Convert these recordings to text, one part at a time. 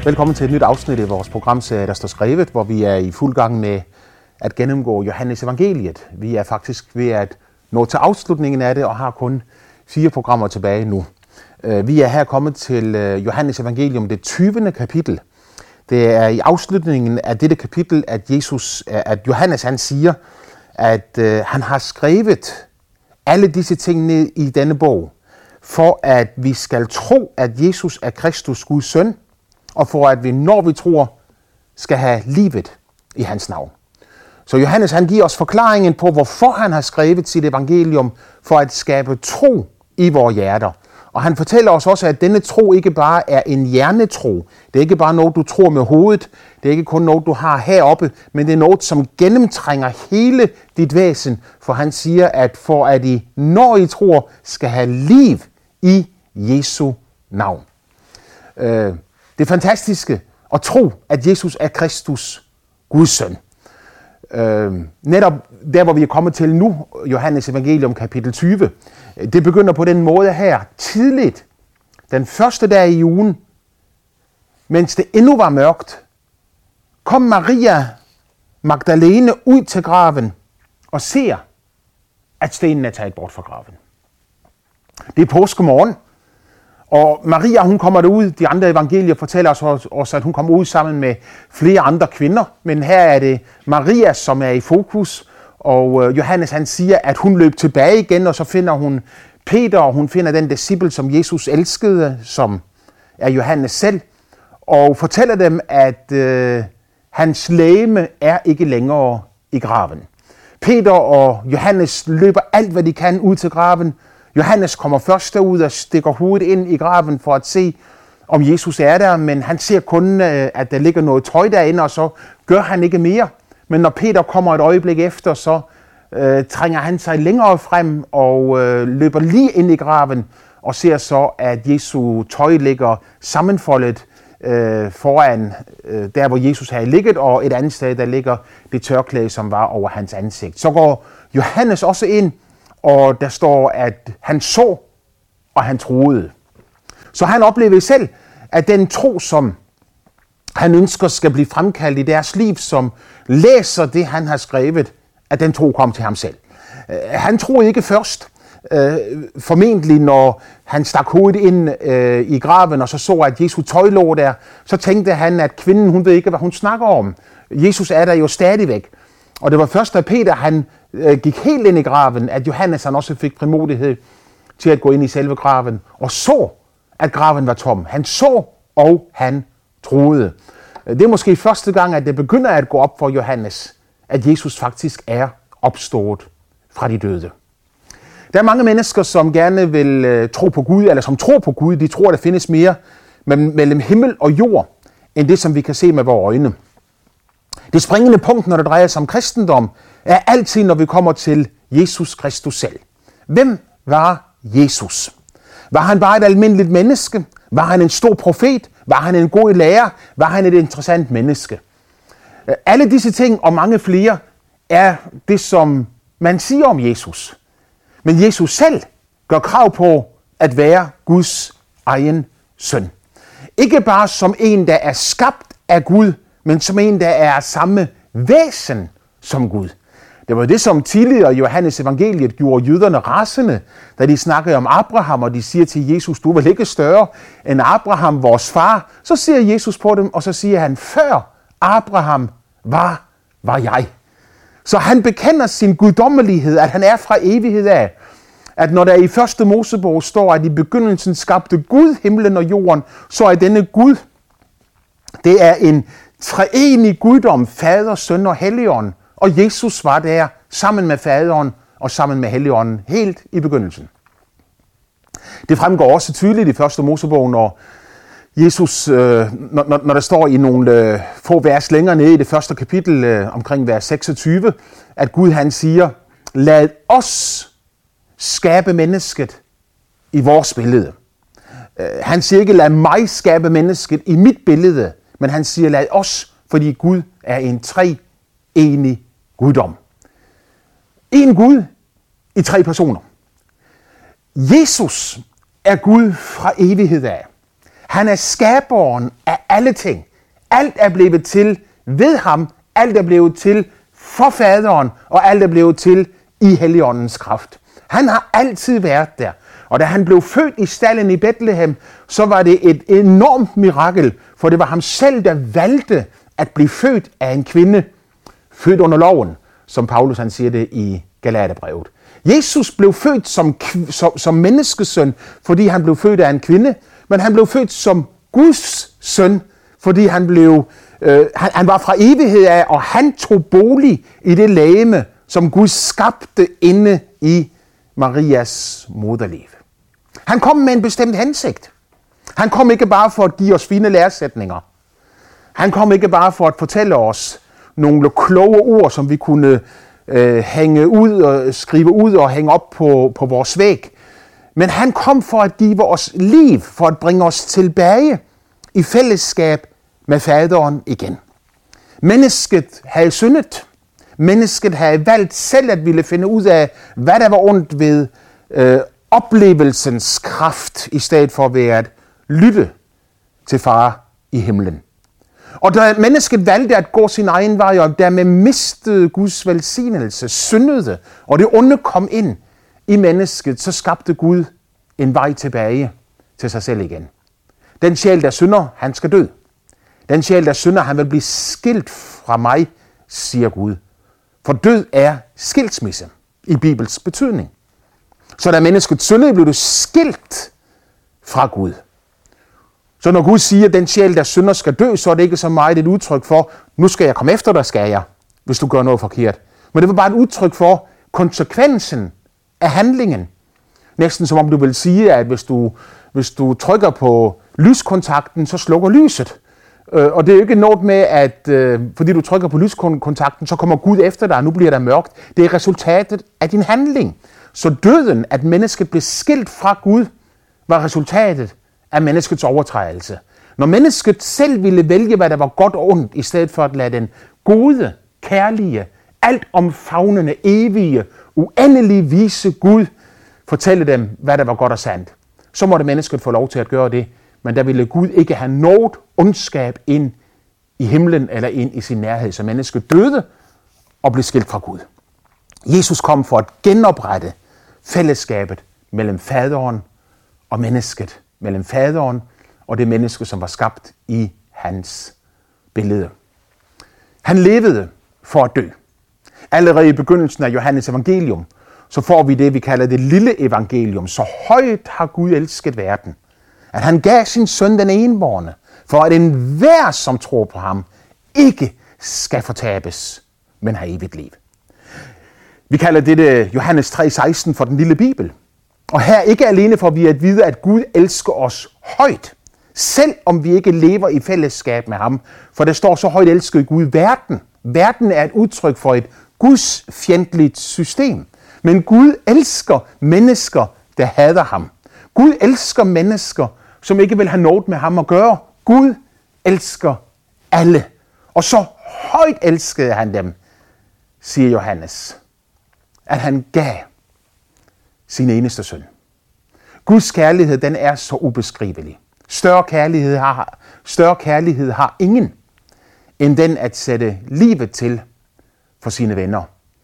Velkommen til et nyt afsnit i vores programserie, der står skrevet, hvor vi er i fuld gang med at gennemgå Johannes evangeliet. Vi er faktisk ved at nå til afslutningen af det og har kun 4 programmer tilbage nu. Vi er her kommet til Johannes evangelium, det 20. kapitel. Det er i afslutningen af dette kapitel, at Johannes han siger, at han har skrevet alle disse ting ned i denne bog, for at vi skal tro, at Jesus er Kristus, Guds søn, og for at vi, når vi tror, skal have livet i hans navn. Så Johannes han giver os forklaringen på, hvorfor han har skrevet sit evangelium, for at skabe tro i vores hjerter. Og han fortæller os også, at denne tro ikke bare er en hjernetro. Det er ikke bare noget, du tror med hovedet. Det er ikke kun noget, du har heroppe, men det er noget, som gennemtrænger hele dit væsen. For han siger, at for at I, når I tror, skal have liv i Jesu navn. Det fantastiske at tro, at Jesus er Kristus, Guds søn. Netop der, hvor vi er kommet til nu, Johannes evangelium kapitel 20, det begynder på den måde her, tidligt, den første dag i ugen, mens det endnu var mørkt, kom Maria Magdalene ud til graven og ser, at stenen er taget bort fra graven. Det er påskemorgen, og Maria, hun kommer derud. De andre evangelier fortæller os også, at hun kommer ud sammen med flere andre kvinder. Men her er det Maria, som er i fokus. Og Johannes han siger, at hun løb tilbage igen, og så finder hun Peter, og hun finder den disciple, som Jesus elskede, som er Johannes selv. Og fortæller dem, at hans legeme er ikke længere i graven. Peter og Johannes løber alt, hvad de kan ud til graven. Johannes kommer først derud og stikker hovedet ind i graven for at se, om Jesus er der, men han ser kun, at der ligger noget tøj derinde, og så gør han ikke mere. Men når Peter kommer et øjeblik efter, så trænger han sig længere frem og løber lige ind i graven og ser så, at Jesu tøj ligger sammenfoldet foran der, hvor Jesus havde ligget, og et andet sted, der ligger det tørklæde, som var over hans ansigt. Så går Johannes også ind, og der står, at han så, og han troede. Så han oplevede selv, at den tro, som han ønsker skal blive fremkaldt i deres liv, som læser det, han har skrevet, at den tro kom til ham selv. Han troede ikke først, formentlig når han stak hovedet ind i graven, og så at Jesu tøj lå der, så tænkte han, at kvinden, hun ved ikke, hvad hun snakker om. Jesus er der jo stadigvæk. Og det var først, da Peter han gik helt ind i graven, at Johannes han også fik frimodighed til at gå ind i selve graven, og så, at graven var tom. Han så, og han troede. Det er måske første gang, at det begynder at gå op for Johannes, at Jesus faktisk er opstået fra de døde. Der er mange mennesker, som gerne vil tro på Gud, eller som tror på Gud. De tror, at der findes mere mellem himmel og jord, end det, som vi kan se med vores øjne. Det springende punkt, når det drejer sig om kristendom, er altid, når vi kommer til Jesus Kristus selv. Hvem var Jesus? Var han bare et almindeligt menneske? Var han en stor profet? Var han en god lærer? Var han et interessant menneske? Alle disse ting og mange flere er det, som man siger om Jesus. Men Jesus selv gør krav på at være Guds egen søn. Ikke bare som en, der er skabt af Gud, men som en, der er samme væsen som Gud. Det var det, som tidligere i Johannes evangeliet gjorde jøderne rasende, da de snakkede om Abraham, og de siger til Jesus, du er vel ikke større end Abraham, vores far. Så siger Jesus på dem, og så siger han, før Abraham var jeg. Så han bekender sin guddommelighed, at han er fra evighed af. At når der i første Mosebog står, at i begyndelsen skabte Gud himlen og jorden, så er denne Gud, det er en treenig guddom, fader, søn og helligånd. Og Jesus var der sammen med faderen og sammen med helligånden helt i begyndelsen. Det fremgår også tydeligt i første Mosebog, når Jesus, når der står i nogle få vers længere nede i det første kapitel, omkring vers 26, at Gud han siger, lad os skabe mennesket i vores billede. Han siger ikke, lad mig skabe mennesket i mit billede, men han siger, lad os, fordi Gud er en treenig guddom. En Gud i 3 personer. Jesus er Gud fra evighed af. Han er skaberen af alle ting. Alt er blevet til ved ham. Alt er blevet til for faderen, og alt er blevet til i Helligåndens kraft. Han har altid været der. Og da han blev født i stalden i Bethlehem, så var det et enormt mirakel, for det var ham selv, der valgte at blive født af en kvinde, født under loven, som Paulus han siger det i Galaterbrevet. Jesus blev født som menneskesøn, fordi han blev født af en kvinde, men han blev født som Guds søn, fordi han var fra evighed af, og han tog bolig i det legeme, som Gud skabte inde i Marias moderliv. Han kom med en bestemt hensigt. Han kom ikke bare for at give os fine læresætninger. Han kom ikke bare for at fortælle os nogle kloge ord, som vi kunne hænge ud og skrive ud og hænge op på vores væg. Men han kom for at give os liv, for at bringe os tilbage i fællesskab med faderen igen. Mennesket havde syndet. Mennesket havde valgt selv at ville finde ud af, hvad der var ondt ved oplevelsens kraft, i stedet for ved at lytte til far i himlen. Og da mennesket valgte at gå sin egen vej, og dermed mistede Guds velsignelse, syndede, og det onde kom ind i mennesket, så skabte Gud en vej tilbage til sig selv igen. Den sjæl, der synder, han skal dø. Den sjæl, der synder, han vil blive skilt fra mig, siger Gud. For død er skilsmisse i Bibels betydning. Så da mennesket syndede, blev du skilt fra Gud. Så når Gud siger, at den sjæl, der synder, skal dø, så er det ikke så meget et udtryk for, nu skal jeg komme efter dig, skal jeg, hvis du gør noget forkert. Men det var bare et udtryk for konsekvensen af handlingen. Næsten som om du vil sige, at hvis du trykker på lyskontakten, så slukker lyset. Og det er jo ikke noget med, at fordi du trykker på lyskontakten, så kommer Gud efter dig, og nu bliver der mørkt. Det er resultatet af din handling. Så døden, at mennesket blev skilt fra Gud, var resultatet af menneskets overtrædelse. Når mennesket selv ville vælge, hvad der var godt og ondt, i stedet for at lade den gode, kærlige, alt omfavnende, evige, uendelige vise Gud fortælle dem, hvad der var godt og sandt, så måtte mennesket få lov til at gøre det. Men der ville Gud ikke have noget ondskab ind i himlen eller ind i sin nærhed, så mennesket døde og blev skilt fra Gud. Jesus kom for at genoprette fællesskabet mellem faderen og mennesket, mellem faderen og det menneske, som var skabt i hans billede. Han levede for at dø. Allerede i begyndelsen af Johannes evangelium, så får vi det, vi kalder det lille evangelium. Så højt har Gud elsket verden, at han gav sin søn den enbårne, for at enhver, som tror på ham, ikke skal fortabes, men have evigt liv. Vi kalder dette Johannes 3,16 for den lille Bibel. Og her ikke alene får vi at vide, at Gud elsker os højt, selv om vi ikke lever i fællesskab med ham. For der står så højt elsker Gud verden. Verden er et udtryk for et Guds fjendtligt system. Men Gud elsker mennesker, der hader ham. Gud elsker mennesker, som ikke vil have noget med ham at gøre. Gud elsker alle. Og så højt elskede han dem, siger Johannes, at han gav sin eneste søn. Guds kærlighed, den er så ubeskrivelig. Større kærlighed har ingen, end den at sætte livet til for sine venner.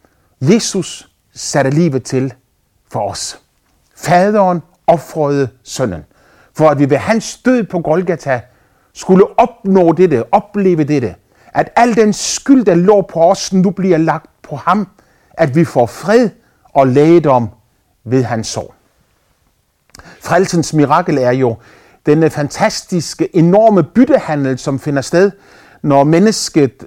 Jesus satte livet til for os. Faderen ofrede sønnen, for at vi ved hans død på Golgata skulle opnå dette, opleve dette, at al den skyld, der lå på os, nu bliver lagt på ham, at vi får fred og lægedom ved hans sår. Frelsens mirakel er jo denne fantastiske, enorme byttehandel, som finder sted, når mennesket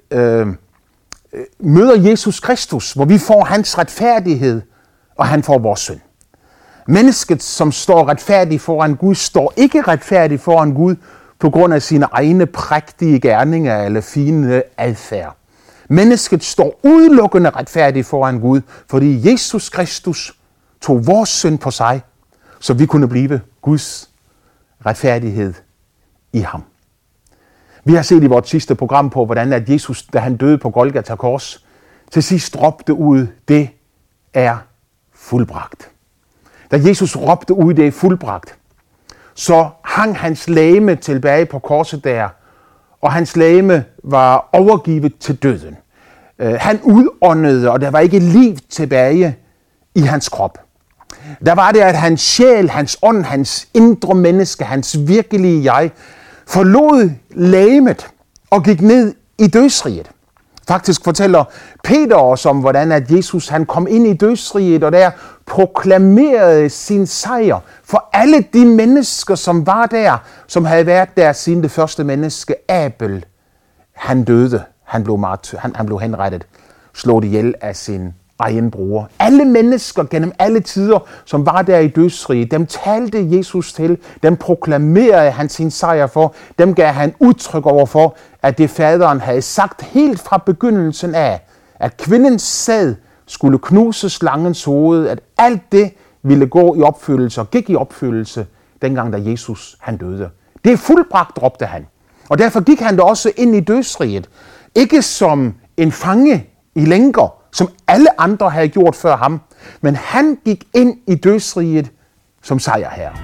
møder Jesus Kristus, hvor vi får hans retfærdighed, og han får vores synd. Mennesket, som står retfærdig foran Gud, står ikke retfærdig foran Gud på grund af sine egne prægtige gerninger eller fine adfærd. Mennesket står udelukkende retfærdig foran Gud, fordi Jesus Kristus tog vores synd på sig, så vi kunne blive Guds retfærdighed i ham. Vi har set i vores sidste program på, hvordan at Jesus, da han døde på Golgata kors, til sidst råbte ud, det er fuldbragt. Da Jesus råbte ud, det er fuldbragt, så hang hans legeme tilbage på korset der, og hans legeme var overgivet til døden. Han udåndede, og der var ikke liv tilbage i hans krop. Der var det, at hans sjæl, hans ånd, hans indre menneske, hans virkelige jeg, forlod legemet og gik ned i dødsriget. Faktisk fortæller Peter os om, hvordan at Jesus han kom ind i dødsriget og der proklamerede sin sejr for alle de mennesker, som var der, som havde været der siden det første menneske, Abel. Han døde, han blev henrettet, slået ihjel af sin egen bror. Alle mennesker gennem alle tider, som var der i dødsriget, dem talte Jesus til, dem proklamerede han sin sejr for, dem gav han udtryk over for, at det faderen havde sagt helt fra begyndelsen af, at kvindens sæd skulle knuse slangens hoved, at alt det ville gå i opfyldelse og gik i opfyldelse, dengang da Jesus han døde. Det er fuldbragt, råbte han. Og derfor gik han da også ind i dødsriget, ikke som en fange i lænker, som alle andre havde gjort før ham, men han gik ind i dødsriget som sejrherre.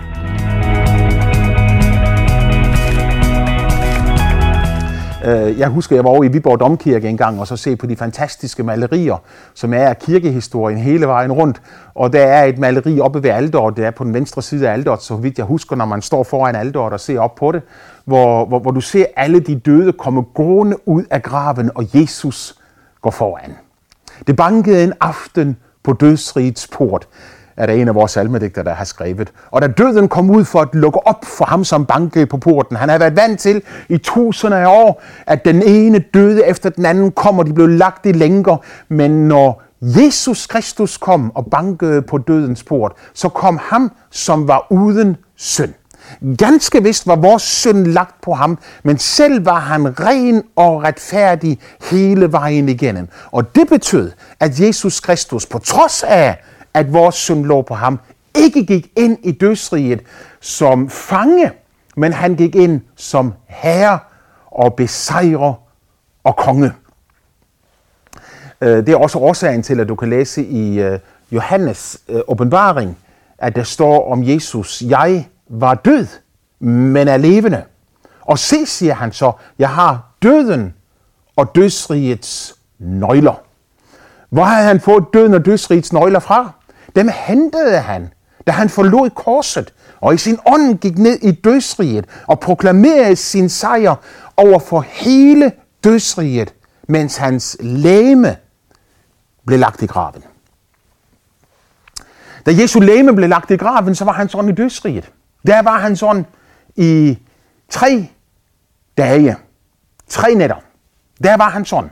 Jeg husker, jeg var over i Viborg Domkirke engang, og så se på de fantastiske malerier, som er af kirkehistorien hele vejen rundt. Og der er et maleri oppe ved alteret, det er på den venstre side af alteret, så vidt jeg husker, når man står foran alteret og ser op på det, hvor du ser alle de døde komme gående ud af graven, og Jesus går foran. Det bankede en aften på dødsrigets port, er der en af vores salmedigtere, der har skrevet. Og da døden kom ud for at lukke op for ham, som bankede på porten, han havde været vant til i tusinder af år, at den ene døde efter den anden kom, og de blev lagt i lænker. Men når Jesus Kristus kom og bankede på dødens port, så kom ham, som var uden synd. Ganske vist var vores synd lagt på ham, men selv var han ren og retfærdig hele vejen igennem. Og det betød, at Jesus Kristus, på trods af, at vores synd lå på ham, ikke gik ind i dødsriget som fange, men han gik ind som herre og besejrer og konge. Det er også årsagen til, at du kan læse i Johannes åbenbaring, at der står om Jesus, jeg var død, men er levende. Og se, siger han så, jeg har døden og dødsrigets nøgler. Hvor havde han fået døden og dødsrigets nøgler fra? Dem hentede han, da han forlod korset, og i sin ånd gik ned i dødsriget og proklamerede sin sejr over for hele dødsriget, mens hans legeme blev lagt i graven. Da Jesu legeme blev lagt i graven, så var han sådan i dødsriget. Der var han sådan i 3 dage, 3 nætter. Der var han sådan.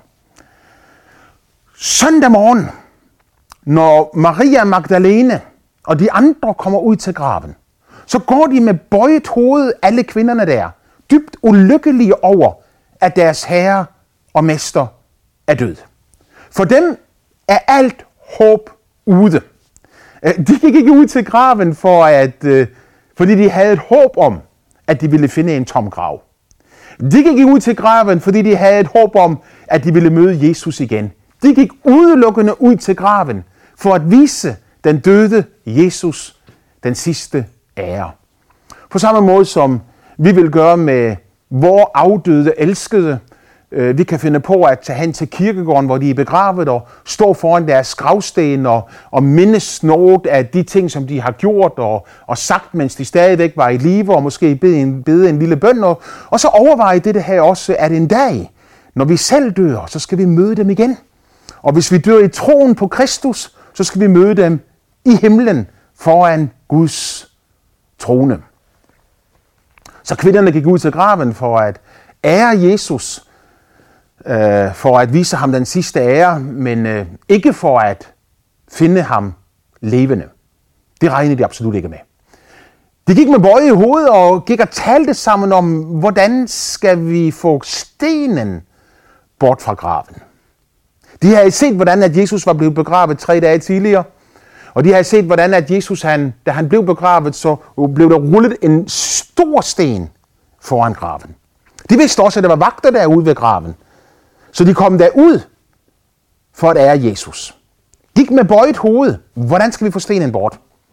Søndag morgen, når Maria Magdalene og de andre kommer ud til graven, så går de med bøjet hoved, alle kvinderne der, dybt ulykkelige over, at deres herre og mester er død. For dem er alt håb ude. De gik ikke ud til graven fordi de havde et håb om, at de ville finde en tom grav. De gik ikke ud til graven, fordi de havde et håb om, at de ville møde Jesus igen. De gik udelukkende ud til graven for at vise den døde Jesus den sidste ære. På samme måde som vi vil gøre med vor afdøde elskede. Vi kan finde på at tage hen til kirkegården, hvor de er begravet, og stå foran deres gravsten og mindes noget af de ting, som de har gjort og sagt, mens de stadigvæk var i live, og måske bede en lille bøn. Og så overveje det her også, at en dag, når vi selv dør, så skal vi møde dem igen. Og hvis vi dør i troen på Kristus, så skal vi møde dem i himlen foran Guds trone. Så kvinderne gik ud til graven for at ære Jesus, for at vise ham den sidste ære, men ikke for at finde ham levende. Det regnede de absolut ikke med. De gik med bøje i hovedet og gik og talte sammen om, hvordan skal vi få stenen bort fra graven. De havde set, hvordan at Jesus var blevet begravet 3 dage tidligere, og de havde set, hvordan at Jesus, da han blev begravet, så blev der rullet en stor sten foran graven. De vidste også, at der var vagter derude ved graven. Så de kom derud for at ære Jesus. Gik med bøjet hoved. Hvordan skal vi få stenen bort?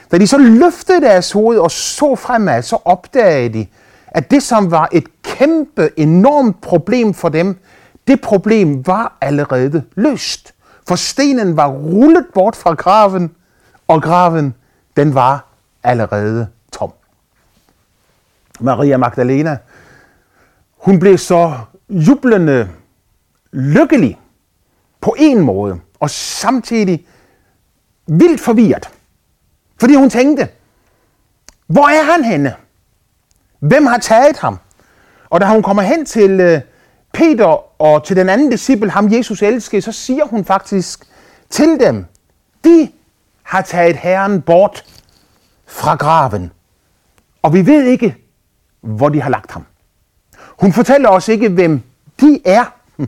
Da de så løftede deres hoved og så fremad, så opdagede de, at det, som var et kæmpe, enormt problem for dem, det problem var allerede løst. For stenen var rullet bort fra graven, og graven, den var allerede tom. Maria Magdalena, hun blev så jublende lykkelig på en måde, og samtidig vildt forvirret. Fordi hun tænkte, hvor er han henne? Hvem har taget ham? Og da hun kommer hen til Peter og til den anden disciple, ham Jesus elskede, så siger hun faktisk til dem, de har taget Herren bort fra graven, og vi ved ikke, hvor de har lagt ham. Hun fortæller os ikke, hvem de er.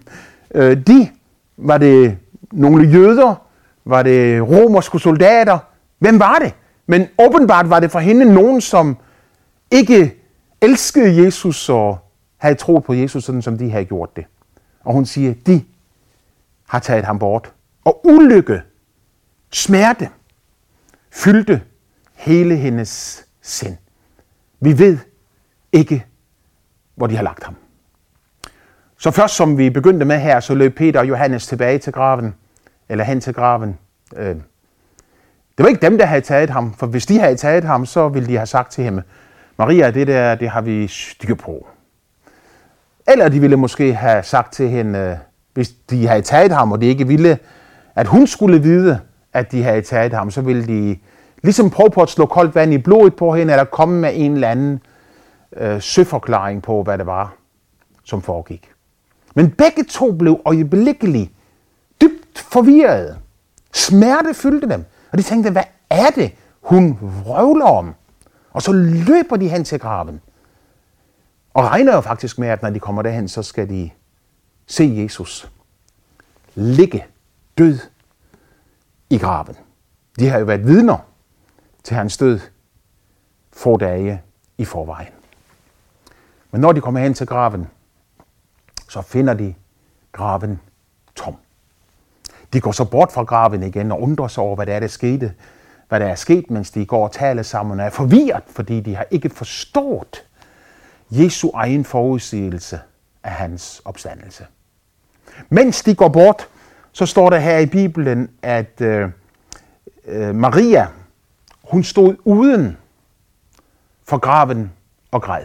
Var det nogle jøder? Var det romerske soldater? Hvem var det? Men åbenbart var det for hende nogen, som ikke elskede Jesus og havde troet på Jesus, sådan som de havde gjort det. Og hun siger, de har taget ham bort. Og ulykke, smerte, fyldte hele hendes sind. Vi ved ikke, hvor de har lagt ham. Så først som vi begyndte med her, så løb Peter og Johannes tilbage til graven, eller hen til graven. Det var ikke dem, der havde taget ham, for hvis de havde taget ham, så ville de have sagt til hende, Maria, det der, det har vi styr på. Eller de ville måske have sagt til hende, hvis de havde taget ham, og de ikke ville, at hun skulle vide, at de havde taget ham, så ville de ligesom prøve på at slå koldt vand i blodet på hende, eller komme med en eller anden søforklaring på, hvad det var, som foregik. Men begge to blev øjeblikkeligt dybt forvirrede. Smerte fyldte dem. Og de tænkte, hvad er det, hun vrøvler om? Og så løber de hen til graven. Og regner jo faktisk med, at når de kommer derhen, så skal de se Jesus ligge død i graven. De har jo været vidner til hans død få dage i forvejen. Men når de kommer hen til graven, så finder de graven tom. De går så bort fra graven igen og undrer sig over, hvad der er sket, mens de går og taler sammen og er forvirret, fordi de har ikke forstået Jesu egen forudsigelse af hans opstandelse. Mens de går bort, så står der her i Bibelen, at Maria, hun stod uden for graven og græd.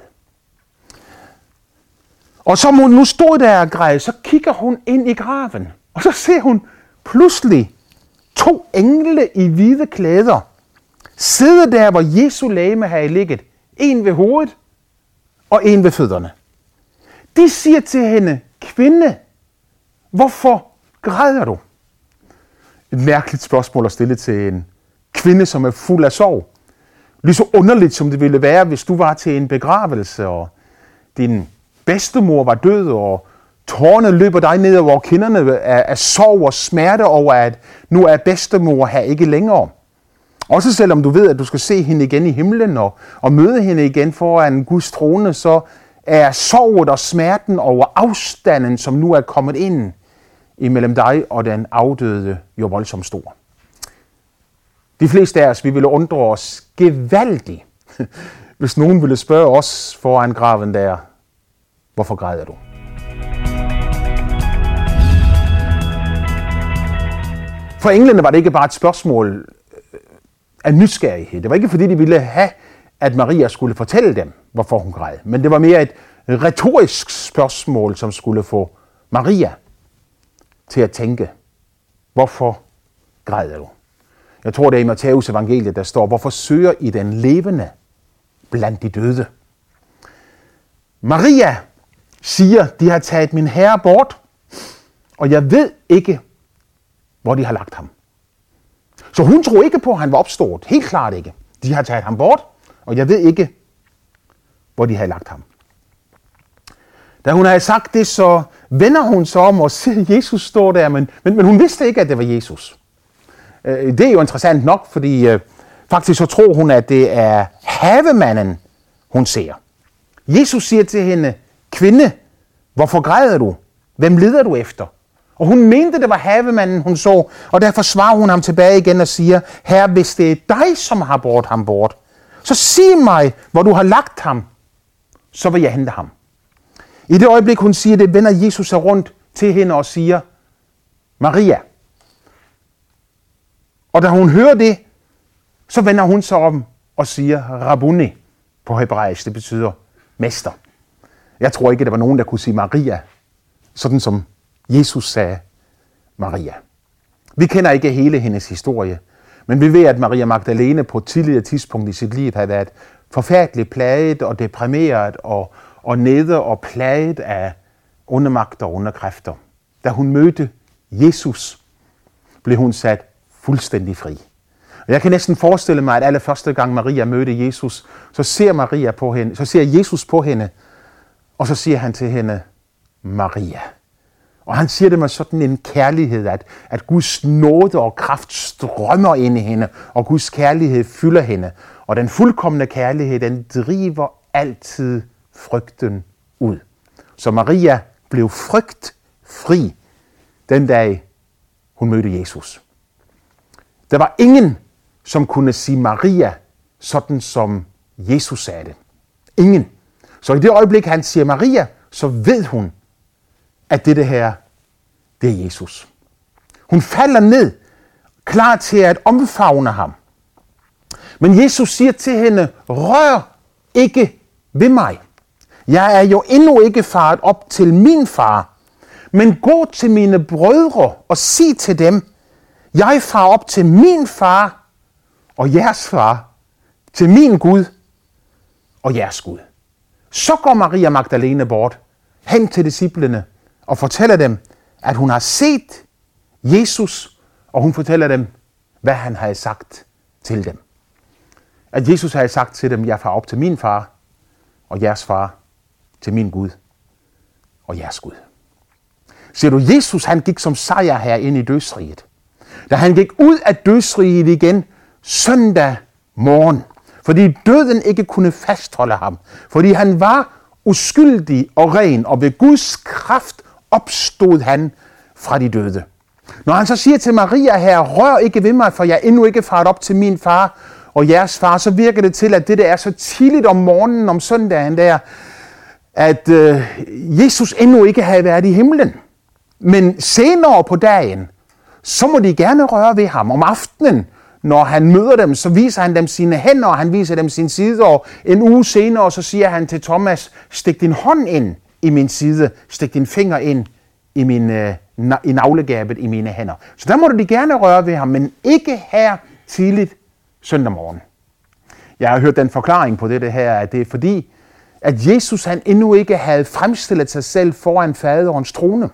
Og som hun nu stod der og græd, så kigger hun ind i graven, og så ser hun pludselig 2 engle i hvide klæder sidde der, hvor Jesu legeme havde ligget. En ved hovedet og en ved fødderne. De siger til hende, kvinde, hvorfor græder du? Et mærkeligt spørgsmål at stille til en kvinde, som er fuld af sorg. Lige så underligt, som det ville være, hvis du var til en begravelse, og din bedstemor var død, og tårerne løber dig ned over kinderne af sorg og smerte over, at nu er bedstemor her ikke længere. Også selvom du ved, at du skal se hende igen i himlen og møde hende igen foran Guds trone, så er sorgen og smerten over afstanden, som nu er kommet ind imellem dig og den afdøde, jo voldsomt stor. De fleste af os, vi ville undre os gevaldigt, hvis nogen ville spørge os foran graven der, hvorfor græder du? For englene var det ikke bare et spørgsmål af nysgerrighed. Det var ikke fordi, de ville have, at Maria skulle fortælle dem, hvorfor hun græd. Men det var mere et retorisk spørgsmål, som skulle få Maria til at tænke, hvorfor græder du? Jeg tror, det er i Matthæus evangeliet, der står, hvorfor søger I den levende blandt de døde? Maria siger, de har taget min herre bort, og jeg ved ikke, hvor de har lagt ham. Så hun tror ikke på, at han var opstået. Helt klart ikke. De har taget ham bort, og jeg ved ikke, hvor de har lagt ham. Da hun havde sagt det, så vender hun sig om og ser Jesus stå der, men hun vidste ikke, at det var Jesus. Det er jo interessant nok, fordi faktisk så tror hun, at det er havemanden, hun ser. Jesus siger til hende, kvinde, hvorfor græder du? Hvem leder du efter? Og hun mente, det var havemanden, hun så, og derfor svarer hun ham tilbage igen og siger, Herre, hvis det er dig, som har båret ham bort, så sig mig, hvor du har lagt ham, så vil jeg hente ham. I det øjeblik, hun siger det, vender Jesus sig rundt til hende og siger, Maria. Og da hun hører det, så vender hun sig om og siger, Rabbuni på hebraisk, det betyder mester. Jeg tror ikke, der var nogen, der kunne sige Maria, sådan som Jesus sagde Maria. Vi kender ikke hele hendes historie, men vi ved, at Maria Magdalene på et tidligere tidspunkt i sit liv havde været forfærdeligt plaget og deprimeret og nede og plaget af undermagter og underkræfter. Da hun mødte Jesus, blev hun sat fuldstændig fri. Og jeg kan næsten forestille mig, at allerførste gang Maria mødte Jesus, så ser Jesus på hende, og så siger han til hende, Maria. Og han siger det med sådan en kærlighed, at Guds nåde og kraft strømmer ind i hende, og Guds kærlighed fylder hende. Og den fuldkomne kærlighed, den driver altid frygten ud. Så Maria blev frygtfri den dag, hun mødte Jesus. Der var ingen, som kunne sige Maria, sådan som Jesus sagde det. Ingen. Så i det øjeblik, han siger Maria, så ved hun, at det her, det er Jesus. Hun falder ned, klar til at omfavne ham. Men Jesus siger til hende, rør ikke ved mig. Jeg er jo endnu ikke faret op til min far, men gå til mine brødre og sig til dem, jeg farer op til min far og jeres far, til min Gud og jeres Gud. Så går Maria Magdalene bort hen til disciplene og fortæller dem, at hun har set Jesus, og hun fortæller dem, hvad han havde sagt til dem. At Jesus havde sagt til dem, jeg farer op til min far og jeres far, til min Gud og jeres Gud. Ser du, Jesus han gik som sejrherre ind i dødsriget. Da han gik ud af dødsriget igen søndag morgen, fordi døden ikke kunne fastholde ham, fordi han var uskyldig og ren, og ved Guds kraft opstod han fra de døde. Når han så siger til Maria her, rør ikke ved mig, for jeg er endnu ikke faret op til min far og jeres far, så virker det til, at det der er så tidligt om morgenen om søndagen der, at Jesus endnu ikke havde været i himlen. Men senere på dagen, så må de gerne røre ved ham. Om aftenen, når han møder dem, så viser han dem sine hænder, og han viser dem sin side, og en uge senere, så siger han til Thomas, stik din hånd ind i min side, stik din finger ind i navlegabet i mine hænder. Så der må de gerne røre ved ham, men ikke her tidligt søndag morgen. Jeg har hørt den forklaring på det her, at det er fordi, at Jesus han endnu ikke havde fremstillet sig selv foran faderens trone.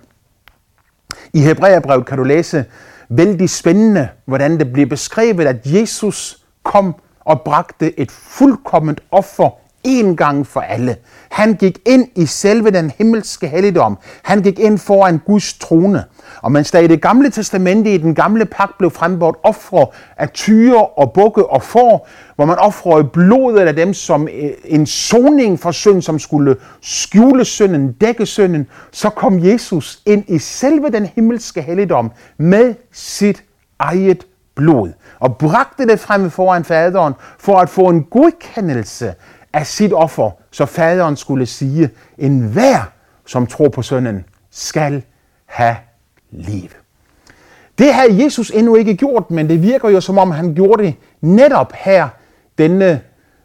I Hebræerbrevet kan du læse vældig spændende, hvordan det bliver beskrevet, at Jesus kom og bragte et fuldkomment offer en gang for alle. Han gik ind i selve den himmelske helligdom. Han gik ind foran Guds trone. Og mens der i det gamle testamente, i den gamle pagt, blev frembåret ofre af tyre og bukke og får, hvor man ofrede blodet af dem som en soning for synd, som skulle skjule synden, dække synden, så kom Jesus ind i selve den himmelske helligdom med sit eget blod og bragte det frem foran faderen for at få en godkendelse af sit offer, så faderen skulle sige, enhver, som tror på sønnen, skal have liv. Det havde Jesus endnu ikke gjort, men det virker jo som om han gjorde det netop her denne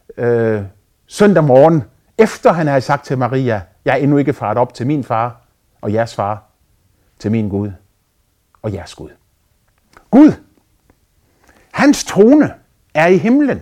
søndag morgen, efter han havde sagt til Maria, jeg er endnu ikke faret op til min far og jeres far, til min Gud og jeres Gud. Gud, hans trone er i himlen.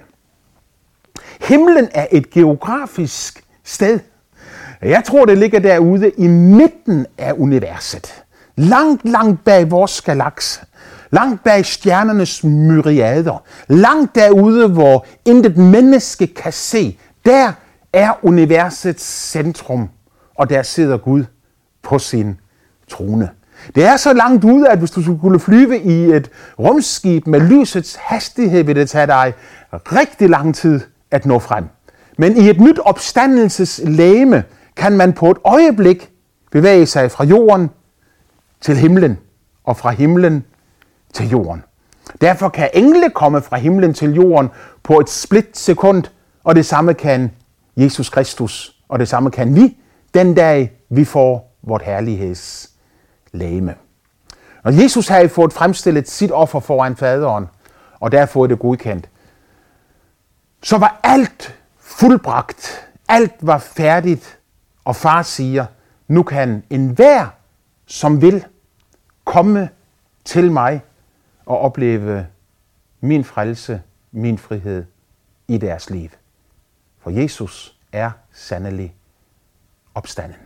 Himlen er et geografisk sted. Jeg tror, det ligger derude i midten af universet. Langt, langt bag vores galakse. Langt bag stjernernes myriader. Langt derude, hvor intet menneske kan se. Der er universets centrum, og der sidder Gud på sin trone. Det er så langt ude, at hvis du skulle flyve i et rumskib med lysets hastighed, vil det tage dig rigtig lang tid at nå frem. Men i et nyt opstandelseslegeme kan man på et øjeblik bevæge sig fra jorden til himlen, og fra himlen til jorden. Derfor kan engle komme fra himlen til jorden på et splitsekund, og det samme kan Jesus Kristus, og det samme kan vi, den dag vi får vort herlighedslegeme. Når Jesus havde fået fremstillet sit offer foran faderen, og der fået det godkendt, så var alt fuldbragt, alt var færdigt, og far siger, nu kan enhver, som vil, komme til mig og opleve min frelse, min frihed i deres liv. For Jesus er sandelig opstanden.